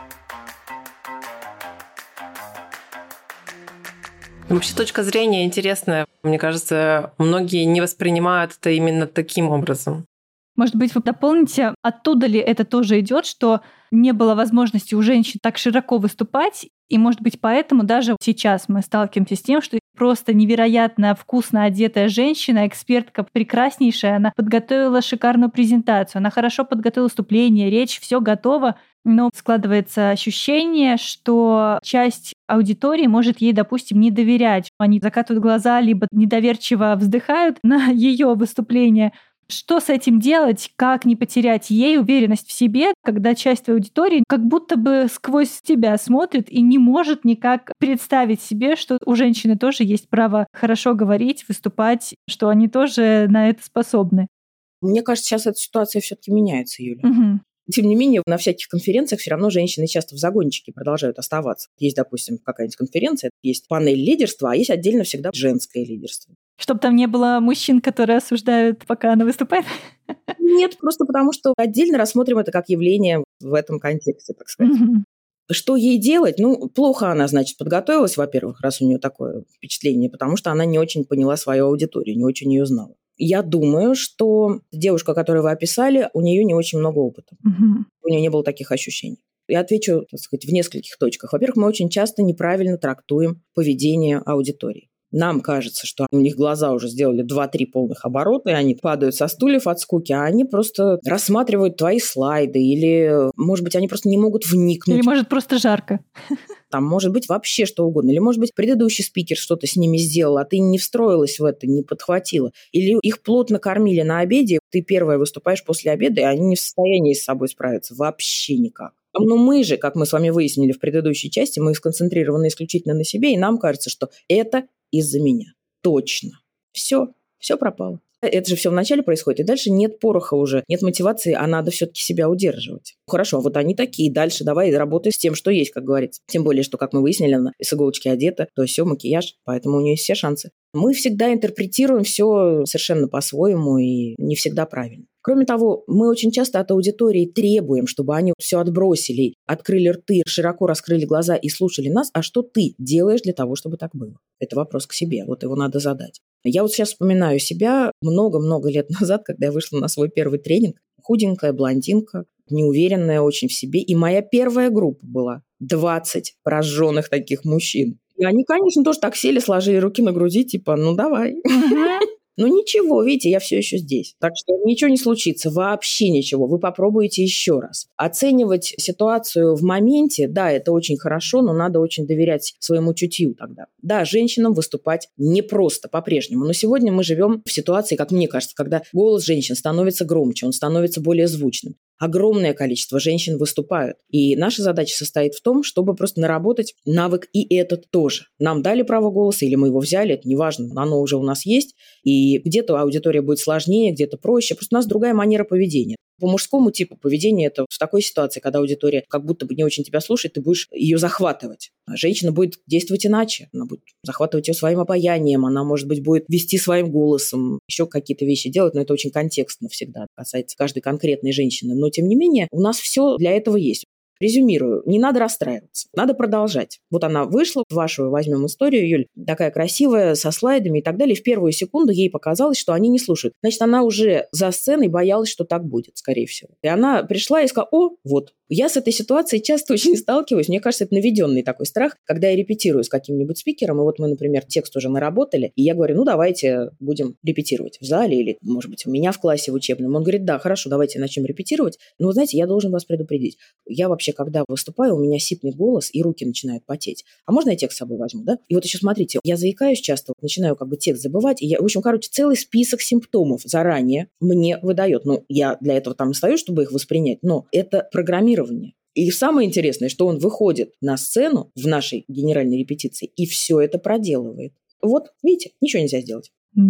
Вообще точка зрения интересная. Мне кажется, многие не воспринимают это именно таким образом. Может быть, вы дополните, оттуда ли это тоже идет, что не было возможности у женщин так широко выступать, и, может быть, поэтому даже сейчас мы сталкиваемся с тем, что просто невероятно вкусно одетая женщина, экспертка прекраснейшая, она подготовила шикарную презентацию, она хорошо подготовила выступление, речь, все готово, но складывается ощущение, что часть аудитории может ей, допустим, не доверять. Они закатывают глаза, либо недоверчиво вздыхают на ее выступление. Что с этим делать? Как не потерять ей уверенность в себе, когда часть твоей аудитории как будто бы сквозь тебя смотрит и не может никак представить себе, что у женщины тоже есть право хорошо говорить, выступать, что они тоже на это способны? Мне кажется, сейчас эта ситуация все-таки меняется, Юля. Угу. Тем не менее, на всяких конференциях все равно женщины часто в загончике продолжают оставаться. Есть, допустим, какая-нибудь конференция, есть панель лидерства, а есть отдельно всегда женское лидерство. Чтобы там не было мужчин, которые осуждают, пока она выступает? Нет, просто потому что отдельно рассмотрим это как явление в этом контексте, так сказать. Мгм. Что ей делать? Ну, плохо она, значит, подготовилась, во-первых, раз у нее такое впечатление, потому что она не очень поняла свою аудиторию, не очень ее знала. Я думаю, что девушка, которую вы описали, у нее не очень много опыта. Мгм. У нее не было таких ощущений. Я отвечу, так сказать, в нескольких точках. Во-первых, мы очень часто неправильно трактуем поведение аудитории. Нам кажется, что у них глаза уже сделали 2-3 полных оборота, и они падают со стульев от скуки, а они просто рассматривают твои слайды, или, может быть, они просто не могут вникнуть. Или, может, просто жарко. Там может быть вообще что угодно. Или, может быть, предыдущий спикер что-то с ними сделал, а ты не встроилась в это, не подхватила. Или их плотно кормили на обеде, ты первая выступаешь после обеда, и они не в состоянии с собой справиться вообще никак. Но мы же, как мы с вами выяснили в предыдущей части, мы сконцентрированы исключительно на себе, и нам кажется, что это из-за меня. Точно. Все пропало. Это же все вначале происходит, и дальше нет пороха уже, нет мотивации, а надо все-таки себя удерживать. Хорошо, а вот они такие, дальше давай работай с тем, что есть, как говорится. Тем более, что, как мы выяснили, она с иголочки одета, то есть все макияж, поэтому у нее есть все шансы. Мы всегда интерпретируем все совершенно по-своему и не всегда правильно. Кроме того, мы очень часто от аудитории требуем, чтобы они все отбросили, открыли рты, широко раскрыли глаза и слушали нас, а что ты делаешь для того, чтобы так было? Это вопрос к себе, вот его надо задать. Я вот сейчас вспоминаю себя много-много лет назад, когда я вышла на свой первый тренинг, худенькая блондинка, неуверенная очень в себе, и моя первая группа была 20 прожженных таких мужчин. И они, конечно, тоже так сели, сложили руки на груди, типа, ну давай. Ну ничего, видите, я все еще здесь. Так что ничего не случится, вообще ничего. Вы попробуете еще раз. Оценивать ситуацию в моменте, да, это очень хорошо, но надо очень доверять своему чутью тогда. Да, женщинам выступать непросто по-прежнему. Но сегодня мы живем в ситуации, как мне кажется, когда голос женщин становится громче, он становится более звучным. Огромное количество женщин выступают. И наша задача состоит в том, чтобы просто наработать навык и этот тоже. Нам дали право голоса или мы его взяли, это неважно, оно уже у нас есть. И где-то аудитория будет сложнее, где-то проще. Просто у нас другая манера поведения. По мужскому типу поведения это в такой ситуации, когда аудитория как будто бы не очень тебя слушает, ты будешь ее захватывать. А женщина будет действовать иначе. Она будет захватывать ее своим обаянием, она, может быть, будет вести своим голосом, еще какие-то вещи делать, но это очень контекстно всегда, касается каждой конкретной женщины. Но, тем не менее, у нас все для этого есть. Резюмирую, не надо расстраиваться, надо продолжать. Вот она вышла, вашу возьмем историю, Юль, такая красивая, со слайдами и так далее. В первую секунду ей показалось, что они не слушают. Значит, она уже за сценой боялась, что так будет, скорее всего. И она пришла и сказала, вот. Я с этой ситуацией часто очень сталкиваюсь. Мне кажется, это наведенный такой страх, когда я репетирую с каким-нибудь спикером, и вот мы, например, текст уже наработали, и я говорю, ну, давайте будем репетировать в зале или, может быть, у меня в классе в учебном. Он говорит, да, хорошо, давайте начнем репетировать. Но, вы знаете, я должен вас предупредить. Я вообще, когда выступаю, у меня сипнет голос, и руки начинают потеть. А можно я текст с собой возьму, да? И вот еще смотрите, я заикаюсь часто, начинаю как бы текст забывать, и я, в общем, целый список симптомов заранее мне выдает. Ну, я для этого там стою, чтобы их воспринять, но это программирование. И самое интересное, что он выходит на сцену в нашей генеральной репетиции и все это проделывает. Вот, видите, ничего нельзя сделать.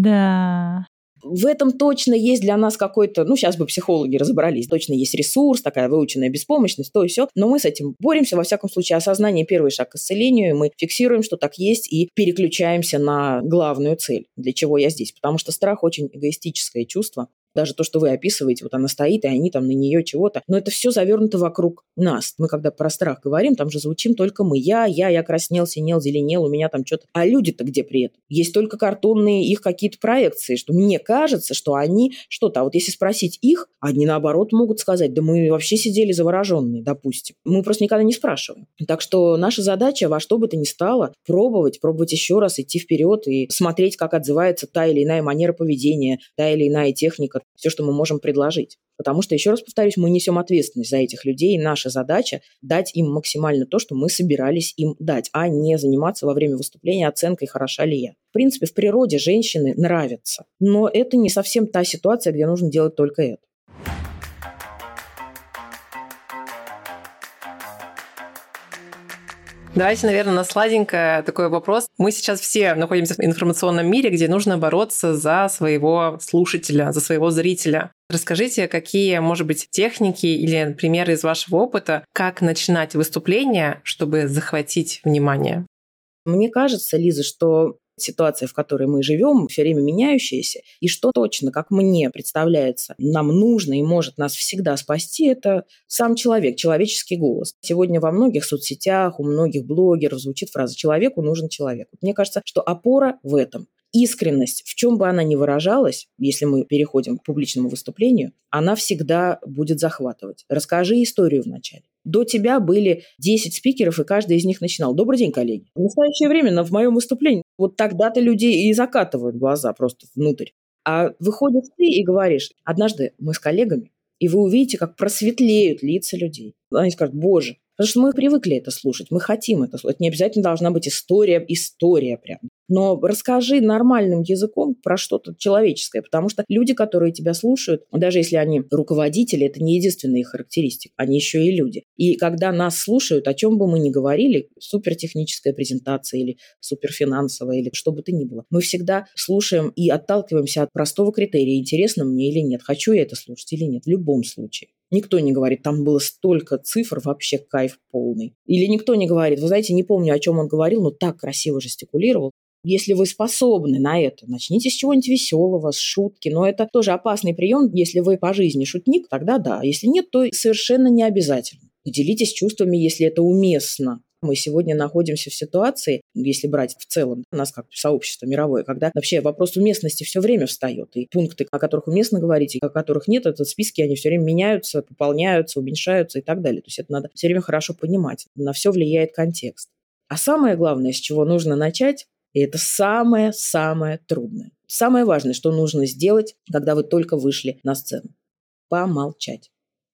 Да. В этом точно есть для нас какой-то, ну, сейчас бы психологи разобрались, точно есть ресурс, такая выученная беспомощность, то и все, но мы с этим боремся, во всяком случае, осознание – первый шаг к исцелению, и мы фиксируем, что так есть, и переключаемся на главную цель, для чего я здесь, потому что страх очень эгоистическое чувство, Даже то, что вы описываете, вот она стоит, и они там на нее чего-то. Но это все завернуто вокруг нас. Мы когда про страх говорим, там же звучим только мы. Я краснел, синел, зеленел, у меня там что-то. А люди-то где при этом? Есть только картонные их какие-то проекции, что мне кажется, что они что-то. А вот если спросить их, они наоборот могут сказать, да мы вообще сидели завороженные, допустим. Мы просто никогда не спрашиваем. Так что наша задача во что бы то ни стало пробовать еще раз, идти вперед и смотреть, как отзывается та или иная манера поведения, та или иная техника, все, что мы можем предложить. Потому что, еще раз повторюсь, мы несем ответственность за этих людей, и наша задача дать им максимально то, что мы собирались им дать, а не заниматься во время выступления оценкой, хороша ли я. В принципе, в природе женщины нравятся, но это не совсем та ситуация, где нужно делать только это. Давайте, наверное, на сладенькое такой вопрос. Мы сейчас все находимся в информационном мире, где нужно бороться за своего слушателя, за своего зрителя. Расскажите, какие, может быть, техники или примеры из вашего опыта, как начинать выступление, чтобы захватить внимание? Мне кажется, Лиза, что ситуация, в которой мы живем, все время меняющаяся, и что точно, как мне представляется, нам нужно и может нас всегда спасти, это сам человек, человеческий голос. Сегодня во многих соцсетях, у многих блогеров звучит фраза «человеку нужен человек». Мне кажется, что опора в этом. Искренность, в чем бы она ни выражалась, если мы переходим к публичному выступлению, она всегда будет захватывать. Расскажи историю вначале. До тебя были 10 спикеров, и каждый из них начинал. Добрый день, коллеги. В настоящее время в моем выступлении вот тогда-то людей и закатывают глаза просто внутрь. А выходишь ты и говоришь, однажды мы с коллегами, и вы увидите, как просветлеют лица людей. Они скажут, боже, потому что мы привыкли это слушать, мы хотим это слушать. Это не обязательно должна быть история прям. Но расскажи нормальным языком про что-то человеческое, потому что люди, которые тебя слушают, даже если они руководители, это не единственная их характеристика, они еще и люди. И когда нас слушают, о чем бы мы ни говорили, супертехническая презентация или суперфинансовая, или что бы то ни было, мы всегда слушаем и отталкиваемся от простого критерия, интересно мне или нет, хочу я это слушать или нет, в любом случае. Никто не говорит, там было столько цифр, вообще кайф полный. Или никто не говорит, вы знаете, не помню, о чем он говорил, но так красиво жестикулировал. Если вы способны на это, начните с чего-нибудь веселого, с шутки. Но это тоже опасный прием. Если вы по жизни шутник, тогда да. Если нет, то совершенно не обязательно. Поделитесь чувствами, если это уместно. Мы сегодня находимся в ситуации, если брать в целом нас как сообщество мировое, когда вообще вопрос уместности все время встает. И пункты, о которых уместно говорить, и о которых нет, это списки, они все время меняются, пополняются, уменьшаются и так далее. То есть это надо все время хорошо понимать. На все влияет контекст. А самое главное, с чего нужно начать, и это самое-самое трудное. Самое важное, что нужно сделать, когда вы только вышли на сцену. Помолчать.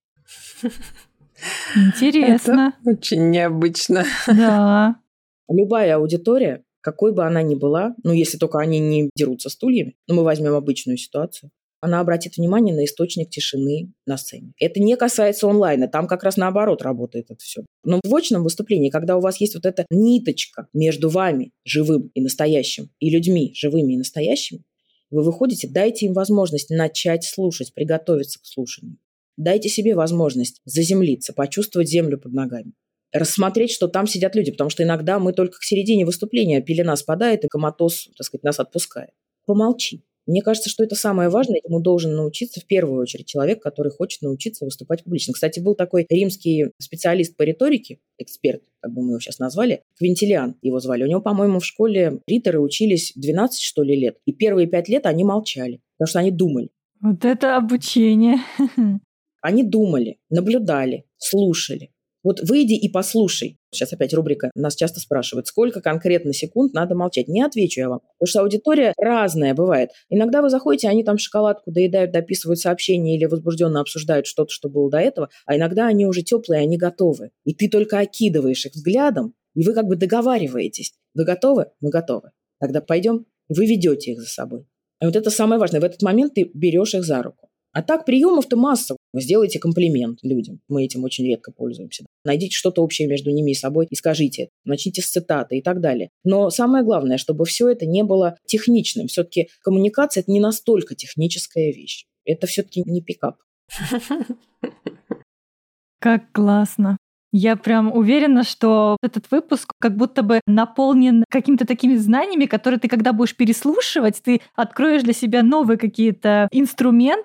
Интересно. Это очень необычно. Да. Любая аудитория, какой бы она ни была, если только они не дерутся стульями, мы возьмем обычную ситуацию, она обратит внимание на источник тишины на сцене. Это не касается онлайна, там как раз наоборот работает это все. Но в очном выступлении, когда у вас есть вот эта ниточка между вами, живым и настоящим, и людьми, живыми и настоящими, вы выходите, дайте им возможность начать слушать, приготовиться к слушанию. Дайте себе возможность заземлиться, почувствовать землю под ногами. Рассмотреть, что там сидят люди, потому что иногда мы только к середине выступления, пелена спадает, и коматоз, нас отпускает. Помолчи. Мне кажется, что это самое важное, этому должен научиться в первую очередь человек, который хочет научиться выступать публично. Кстати, был такой римский специалист по риторике, эксперт, как бы мы его сейчас назвали, Квинтилиан его звали. У него, по-моему, в школе риторы учились 12, что ли, лет, и первые 5 лет они молчали, потому что они думали. Вот это обучение. Они думали, наблюдали, слушали. Вот выйди и послушай. Сейчас опять рубрика. Нас часто спрашивают, сколько конкретно секунд надо молчать. Не отвечу я вам. Потому что аудитория разная бывает. Иногда вы заходите, они там шоколадку доедают, дописывают сообщения или возбужденно обсуждают что-то, что было до этого. А иногда они уже теплые, они готовы. И ты только окидываешь их взглядом, и вы как бы договариваетесь. Вы готовы? Мы готовы. Тогда пойдем. Вы ведете их за собой. И вот это самое важное. В этот момент ты берешь их за руку. А так приемов-то масса. Сделайте комплимент людям. Мы этим очень редко пользуемся. Найдите что-то общее между ними и собой и скажите это. Начните с цитаты и так далее. Но самое главное, чтобы все это не было техничным. Все-таки коммуникация – это не настолько техническая вещь. Это все-таки не пикап. Как классно. Я прям уверена, что этот выпуск как будто бы наполнен какими-то такими знаниями, которые ты, когда будешь переслушивать, ты откроешь для себя новые какие-то инструменты,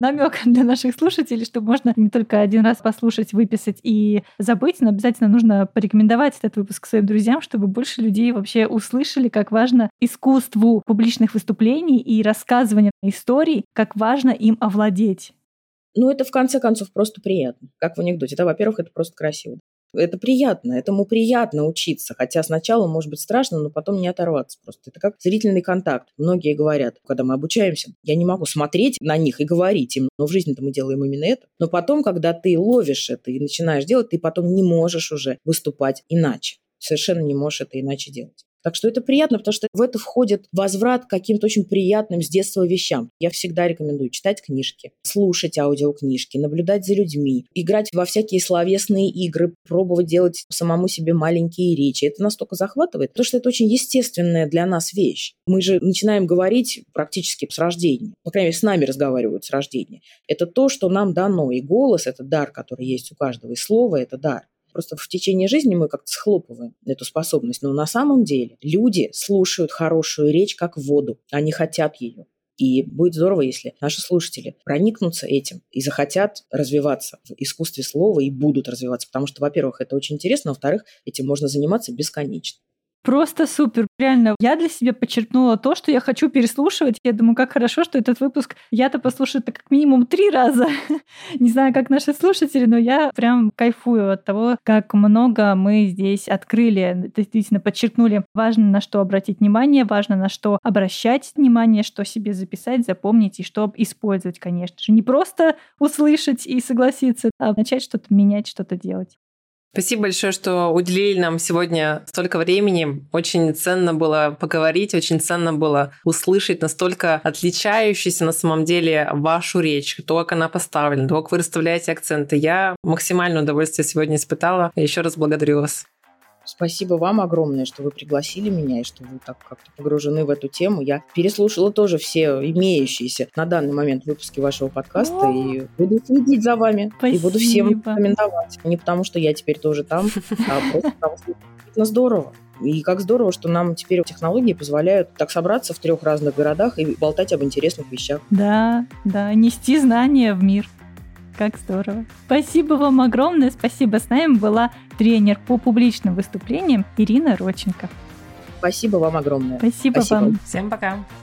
намек для наших слушателей, что можно не только один раз послушать, выписать и забыть, но обязательно нужно порекомендовать этот выпуск своим друзьям, чтобы больше людей вообще услышали, как важно искусству публичных выступлений и рассказывания историй, как важно им овладеть. Это в конце концов просто приятно, как в анекдоте. Во-первых, это просто красиво. Это приятно, этому приятно учиться, хотя сначала может быть страшно, но потом не оторваться просто. Это как зрительный контакт. Многие говорят, когда мы обучаемся, я не могу смотреть на них и говорить им, но в жизни-то мы делаем именно это. Но потом, когда ты ловишь это и начинаешь делать, ты потом не можешь уже выступать иначе. Совершенно не можешь это иначе делать. Так что это приятно, потому что в это входит возврат к каким-то очень приятным с детства вещам. Я всегда рекомендую читать книжки, слушать аудиокнижки, наблюдать за людьми, играть во всякие словесные игры, пробовать делать самому себе маленькие речи. Это настолько захватывает, потому что это очень естественная для нас вещь. Мы же начинаем говорить практически с рождения. По крайней мере, с нами разговаривают с рождения. Это то, что нам дано. И голос – это дар, который есть у каждого, и слово – это дар. Просто в течение жизни мы как-то схлопываем эту способность. Но на самом деле люди слушают хорошую речь как воду. Они хотят ее. И будет здорово, если наши слушатели проникнутся этим и захотят развиваться в искусстве слова и будут развиваться. Потому что, во-первых, это очень интересно, во-вторых, этим можно заниматься бесконечно. Просто супер, реально. Я для себя подчеркнула то, что я хочу переслушивать. Я думаю, как хорошо, что этот выпуск я-то послушаю как минимум 3 раза. Не знаю, как наши слушатели, но я прям кайфую от того, как много мы здесь открыли. Действительно подчеркнули, важно на что обратить внимание, важно на что обращать внимание, что себе записать, запомнить и что использовать, конечно же. Не просто услышать и согласиться, а начать что-то менять, что-то делать. Спасибо большое, что уделили нам сегодня столько времени. Очень ценно было поговорить, очень ценно было услышать настолько отличающуюся на самом деле вашу речь, то, как она поставлена, то, как вы расставляете акценты. Я максимальное удовольствие сегодня испытала. Еще раз благодарю вас. Спасибо вам огромное, что вы пригласили меня и что вы так как-то погружены в эту тему. Я переслушала тоже все имеющиеся на данный момент выпуски вашего подкаста и буду следить за вами. Спасибо. И буду всем рекомендовать. Не потому, что я теперь тоже там, а просто потому, что это здорово. И как здорово, что нам теперь технологии позволяют так собраться в 3 разных городах и болтать об интересных вещах. Да, нести знания в мир. Как здорово. Спасибо вам огромное. Спасибо. С нами была тренер по публичным выступлениям Ирина Родченко. Спасибо вам огромное. Спасибо вам. Всем пока.